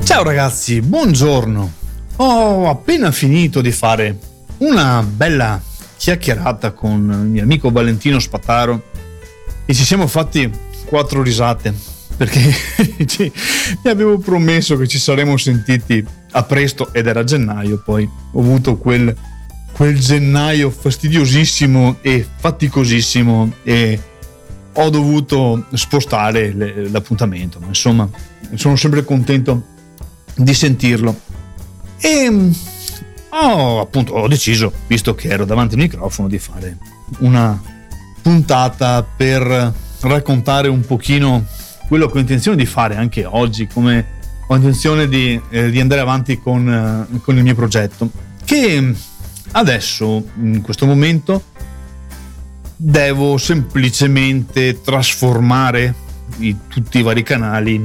Ciao ragazzi, buongiorno. Ho appena finito di fare una bella chiacchierata con il mio amico Valentino Spataro e ci siamo fatti 4 risate perché gli avevo promesso che ci saremmo sentiti a presto ed era gennaio. Poi ho avuto quel gennaio fastidiosissimo e faticosissimo e ho dovuto spostare l'appuntamento, ma insomma sono sempre contento di sentirlo e ho deciso, visto che ero davanti al microfono, di fare una puntata per raccontare un pochino quello che ho intenzione di fare anche oggi, come ho intenzione di andare avanti con il mio progetto, che adesso in questo momento devo semplicemente trasformare tutti i vari canali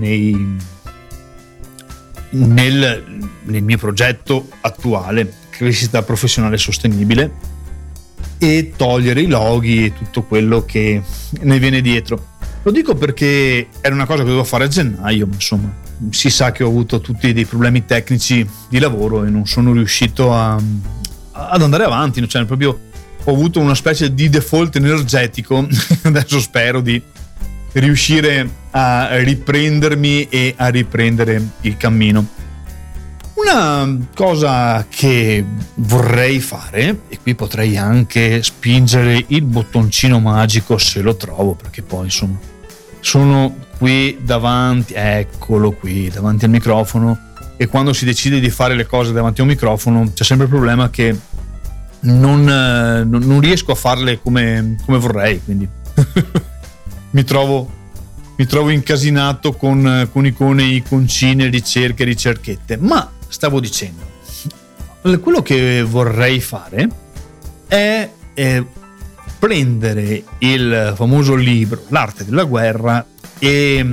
nel mio progetto attuale, crescita professionale sostenibile, e togliere i loghi e tutto quello che ne viene dietro. Lo dico perché era una cosa che dovevo fare a gennaio, ma insomma si sa che ho avuto tutti dei problemi tecnici di lavoro e non sono riuscito ad andare avanti, cioè proprio ho avuto una specie di default energetico. Adesso spero di riuscire a riprendermi e a riprendere il cammino. Una cosa che vorrei fare, e qui potrei anche spingere il bottoncino magico se lo trovo, perché poi insomma sono qui davanti, eccolo qui davanti al microfono, e quando si decide di fare le cose davanti a un microfono c'è sempre il problema che non riesco a farle come vorrei, quindi mi trovo incasinato con icone, iconcine, ricerchette. Ma stavo dicendo, quello che vorrei fare è prendere il famoso libro L'arte della guerra e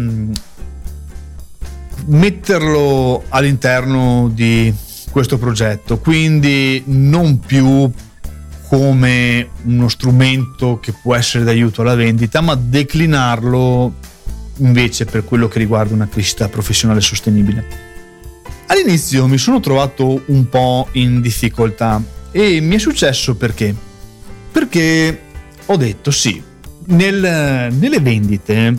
metterlo all'interno di questo progetto, quindi non più come uno strumento che può essere d'aiuto alla vendita, ma declinarlo invece per quello che riguarda una crescita professionale sostenibile. All'inizio mi sono trovato un po' in difficoltà e mi è successo perché ho detto sì, nelle vendite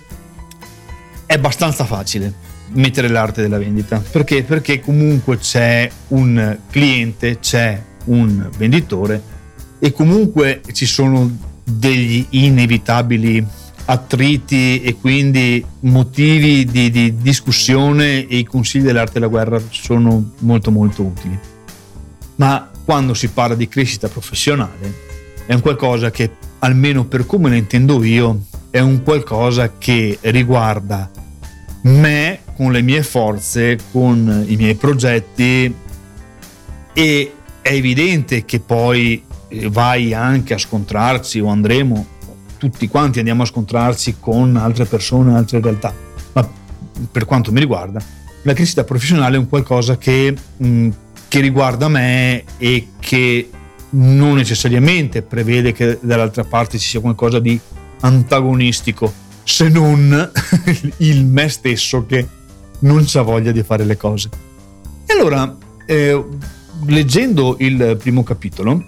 è abbastanza facile mettere l'arte della vendita, perché comunque c'è un cliente, c'è un venditore e comunque ci sono degli inevitabili attriti e quindi motivi di discussione, e i consigli dell'arte della guerra sono molto molto utili. Ma quando si parla di crescita professionale è un qualcosa che, almeno per come lo intendo io, è un qualcosa che riguarda me con le mie forze, con i miei progetti, e è evidente che poi vai anche a scontrarci, o andremo tutti quanti andiamo a scontrarci con altre persone, altre realtà, ma per quanto mi riguarda la crescita professionale è un qualcosa che riguarda me e che non necessariamente prevede che dall'altra parte ci sia qualcosa di antagonistico, se non il me stesso che non c'ha voglia di fare le cose. E allora leggendo il primo capitolo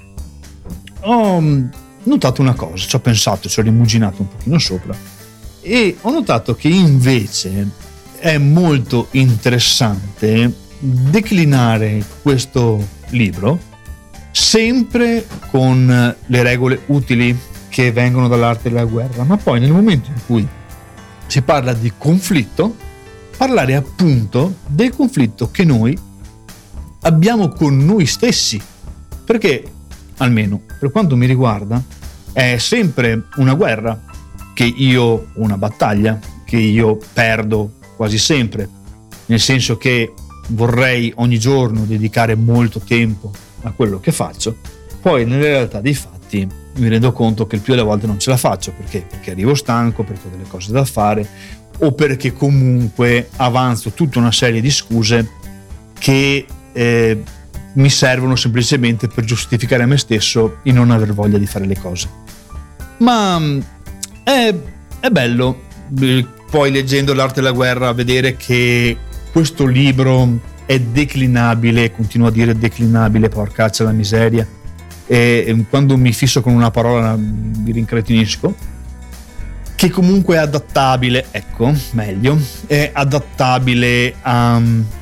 ho notato una cosa, ci ho pensato, ci ho rimuginato un pochino sopra e ho notato che invece è molto interessante declinare questo libro sempre con le regole utili che vengono dall'arte della guerra, ma poi nel momento in cui si parla di conflitto, parlare appunto del conflitto che noi abbiamo con noi stessi, perché almeno per quanto mi riguarda è sempre una guerra, che io, una battaglia che io perdo quasi sempre, nel senso che vorrei ogni giorno dedicare molto tempo a quello che faccio, poi nella realtà dei fatti mi rendo conto che il più delle volte non ce la faccio, perché arrivo stanco, perché ho delle cose da fare, o perché comunque avanzo tutta una serie di scuse che mi servono semplicemente per giustificare a me stesso di non aver voglia di fare le cose. Ma è bello poi, leggendo l'arte della guerra, vedere che questo libro è declinabile, continuo a dire declinabile, porcaccia la miseria, e quando mi fisso con una parola mi rincretinisco, che comunque è adattabile, ecco, meglio, è adattabile a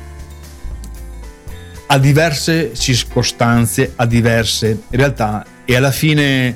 diverse circostanze, a diverse realtà, e alla fine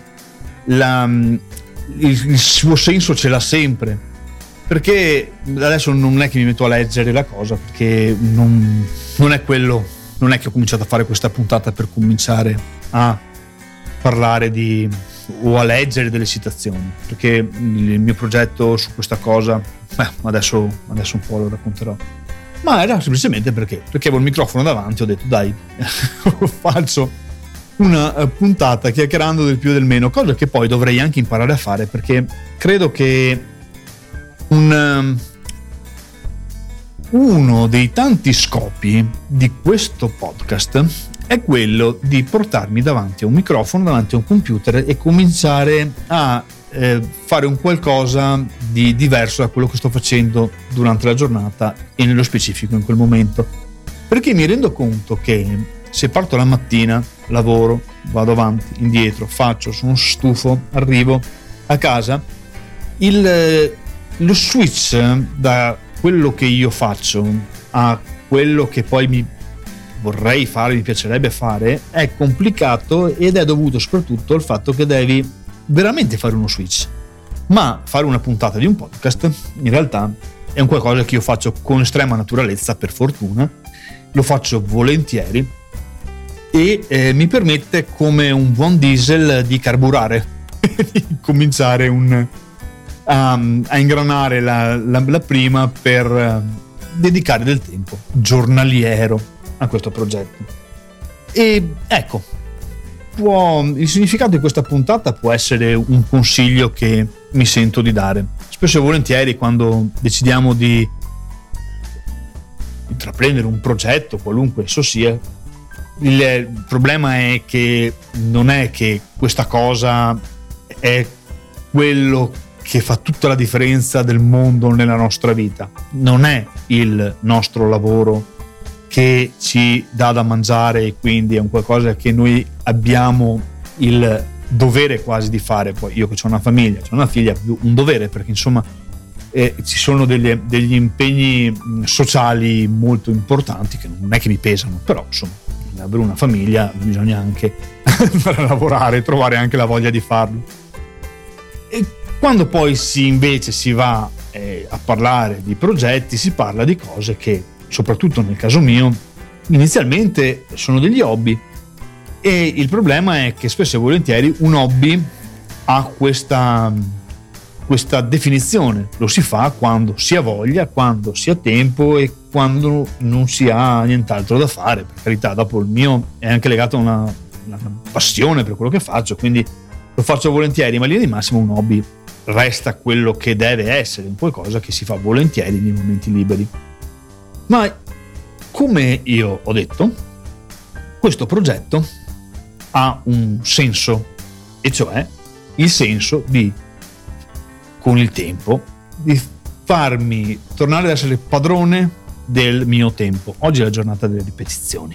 il suo senso ce l'ha sempre, perché adesso non è che mi metto a leggere la cosa, perché non è quello, non è che ho cominciato a fare questa puntata per cominciare a parlare o a leggere delle citazioni, perché il mio progetto su questa cosa adesso un po' lo racconterò, ma era semplicemente perché avevo il microfono davanti, ho detto dai faccio una puntata chiacchierando del più e del meno, cosa che poi dovrei anche imparare a fare, perché credo che uno dei tanti scopi di questo podcast è quello di portarmi davanti a un microfono, davanti a un computer e cominciare a fare un qualcosa di diverso da quello che sto facendo durante la giornata e nello specifico in quel momento, perché mi rendo conto che se parto la mattina, lavoro, vado avanti, indietro, faccio, sono stufo, arrivo a casa, lo switch da quello che io faccio a quello che poi mi vorrei fare, mi piacerebbe fare, è complicato, ed è dovuto soprattutto al fatto che devi veramente fare uno switch. Ma fare una puntata di un podcast in realtà è un qualcosa che io faccio con estrema naturalezza, per fortuna, lo faccio volentieri, e mi permette, come un buon diesel, di carburare di cominciare a ingranare la prima per dedicare del tempo giornaliero a questo progetto. E ecco, il significato di questa puntata può essere un consiglio che mi sento di dare. Spesso e volentieri, quando decidiamo di intraprendere un progetto, qualunque esso sia, il problema è che non è che questa cosa è quello che fa tutta la differenza del mondo nella nostra vita. Non è il nostro lavoro che ci dà da mangiare, e quindi è un qualcosa che noi abbiamo il dovere quasi di fare. Poi io che ho una famiglia, ho una figlia, più un dovere, perché insomma ci sono degli impegni sociali molto importanti che non è che mi pesano, però insomma, avere una famiglia bisogna anche andare a lavorare, trovare anche la voglia di farlo. E quando poi invece si va a parlare di progetti, si parla di cose che, soprattutto nel caso mio, inizialmente sono degli hobby, e il problema è che spesso e volentieri un hobby ha questa definizione: lo si fa quando si ha voglia, quando si ha tempo e quando non si ha nient'altro da fare. Per carità, dopo il mio è anche legato a una passione per quello che faccio, quindi lo faccio volentieri, ma lì di massimo un hobby resta quello che deve essere, un qualcosa che si fa volentieri nei momenti liberi. Ma come io ho detto, questo progetto ha un senso, e cioè il senso di, con il tempo, di farmi tornare ad essere padrone del mio tempo. Oggi è la giornata delle ripetizioni,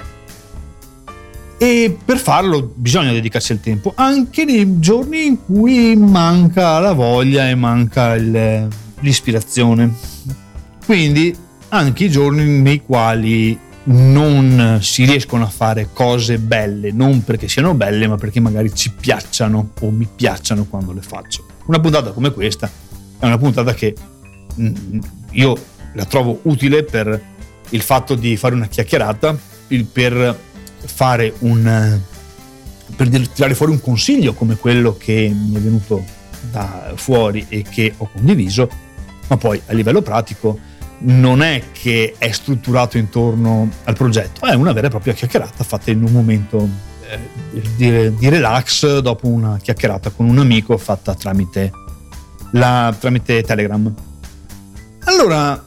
e per farlo bisogna dedicarsi il tempo, anche nei giorni in cui manca la voglia e manca l'ispirazione. Quindi anche i giorni nei quali non si riescono a fare cose belle, non perché siano belle, ma perché magari ci piacciono o mi piacciono quando le faccio. Una puntata come questa è una puntata che io la trovo utile per il fatto di fare una chiacchierata, per fare per tirare fuori un consiglio come quello che mi è venuto da fuori e che ho condiviso, ma poi a livello pratico non è che è strutturato intorno al progetto, è una vera e propria chiacchierata fatta in un momento di relax, dopo una chiacchierata con un amico fatta tramite Telegram. Allora,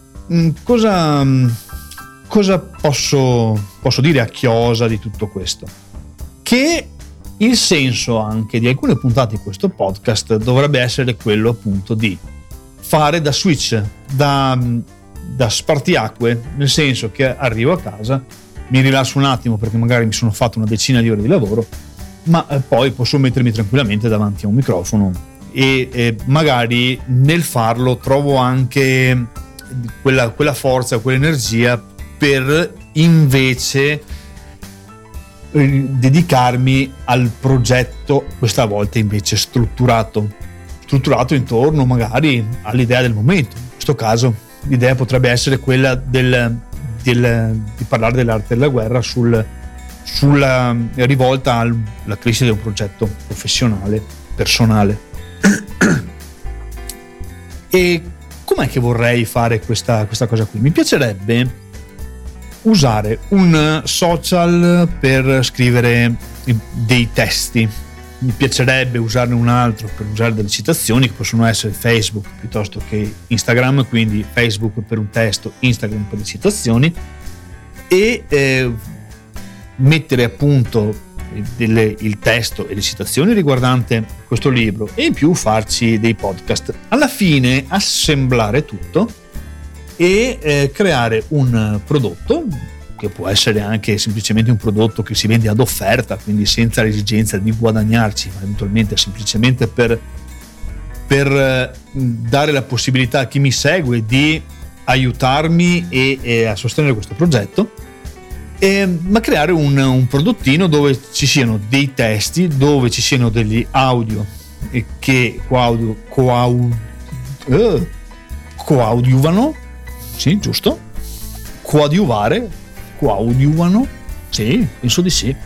cosa posso dire a chiosa di tutto questo? Che il senso anche di alcune puntate di questo podcast dovrebbe essere quello appunto di fare da switch, da da spartiacque, nel senso che arrivo a casa, mi rilasso un attimo perché magari mi sono fatto una decina di ore di lavoro, ma poi posso mettermi tranquillamente davanti a un microfono e magari nel farlo trovo anche quella forza, quell'energia per invece dedicarmi al progetto, questa volta invece strutturato intorno magari all'idea del momento. In questo caso l'idea potrebbe essere quella di parlare dell'arte della guerra sulla rivolta alla crisi di un progetto professionale, personale. E com'è che vorrei fare questa cosa qui? Mi piacerebbe usare un social per scrivere dei testi. Mi piacerebbe usarne un altro per usare delle citazioni che possono essere Facebook piuttosto che Instagram, quindi Facebook per un testo, Instagram per le citazioni, e mettere appunto il testo e le citazioni riguardante questo libro e in più farci dei podcast. Alla fine assemblare tutto e creare un prodotto che può essere anche semplicemente un prodotto che si vende ad offerta, quindi senza l'esigenza di guadagnarci, ma eventualmente semplicemente per dare la possibilità a chi mi segue di aiutarmi e a sostenere questo progetto, ma creare un prodottino dove ci siano dei testi, dove ci siano degli audio che coadiuvano, sì, giusto? Coadiuvano? Sì, penso di sì.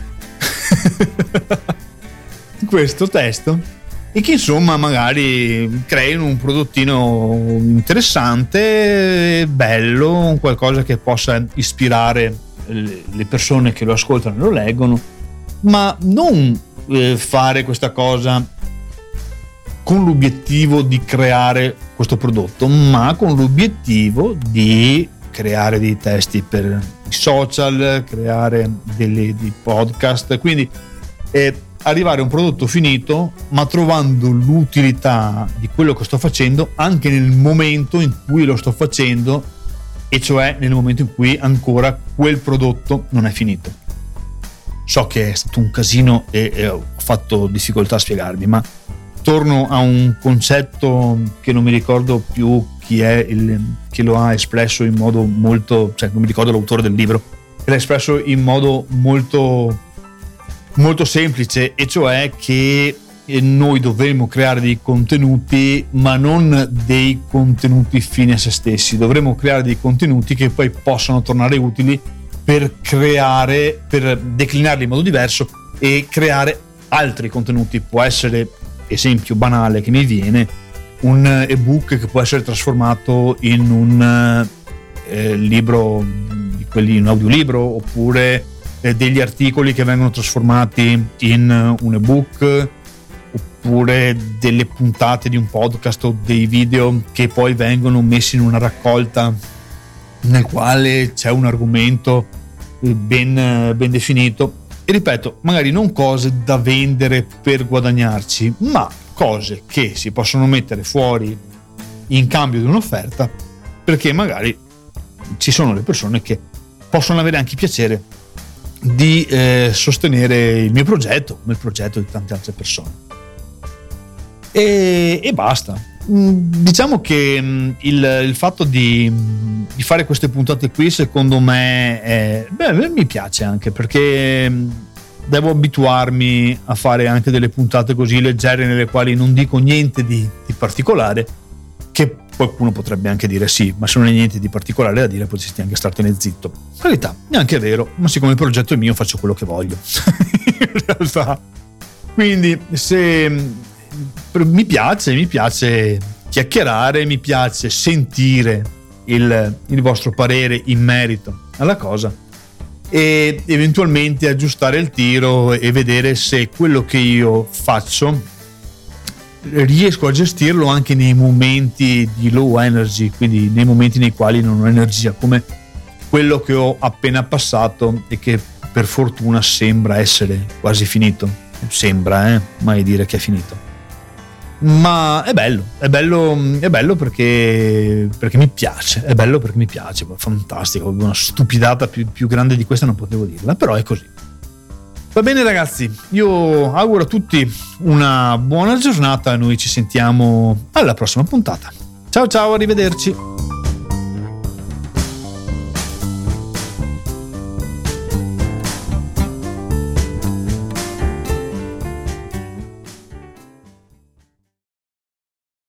Questo testo, e che insomma magari creino un prodottino interessante, bello, qualcosa che possa ispirare le persone che lo ascoltano e lo leggono, ma non fare questa cosa con l'obiettivo di creare questo prodotto, ma con l'obiettivo di creare dei testi per i social, creare dei podcast, quindi arrivare a un prodotto finito, ma trovando l'utilità di quello che sto facendo anche nel momento in cui lo sto facendo, e cioè nel momento in cui ancora quel prodotto non è finito. So che è stato un casino e ho fatto difficoltà a spiegarmi, ma torno a un concetto che non mi ricordo più chi è che lo ha espresso in modo molto, cioè non mi ricordo l'autore del libro, che l'ha espresso in modo molto molto semplice, e cioè che noi dovremmo creare dei contenuti, ma non dei contenuti fini a se stessi. Dovremmo creare dei contenuti che poi possano tornare utili per declinarli in modo diverso e creare altri contenuti. Può essere, esempio banale che mi viene, un ebook che può essere trasformato in un libro, di quelli, un audiolibro, oppure degli articoli che vengono trasformati in un ebook, oppure delle puntate di un podcast o dei video che poi vengono messi in una raccolta nel quale c'è un argomento ben definito. E ripeto, magari non cose da vendere per guadagnarci, ma cose che si possono mettere fuori in cambio di un'offerta, perché magari ci sono le persone che possono avere anche piacere di sostenere il mio progetto, come il progetto di tante altre persone. E basta. Diciamo che il fatto di fare queste puntate qui, secondo me mi piace, anche perché devo abituarmi a fare anche delle puntate così leggere, nelle quali non dico niente di particolare, che qualcuno potrebbe anche dire sì, ma se non hai niente di particolare da dire potresti anche startene zitto. In realtà neanche è vero, ma siccome il progetto è mio faccio quello che voglio. In realtà, quindi se mi piace chiacchierare, mi piace sentire il vostro parere in merito alla cosa e eventualmente aggiustare il tiro e vedere se quello che io faccio riesco a gestirlo anche nei momenti di low energy, quindi nei momenti nei quali non ho energia, come quello che ho appena passato e che per fortuna sembra essere quasi finito. Sembra, mai dire che è finito. ma è bello perché mi piace, fantastico, una stupidata più grande di questa non potevo dirla, però è così. Va bene ragazzi, io auguro a tutti una buona giornata e noi ci sentiamo alla prossima puntata. Ciao ciao, arrivederci.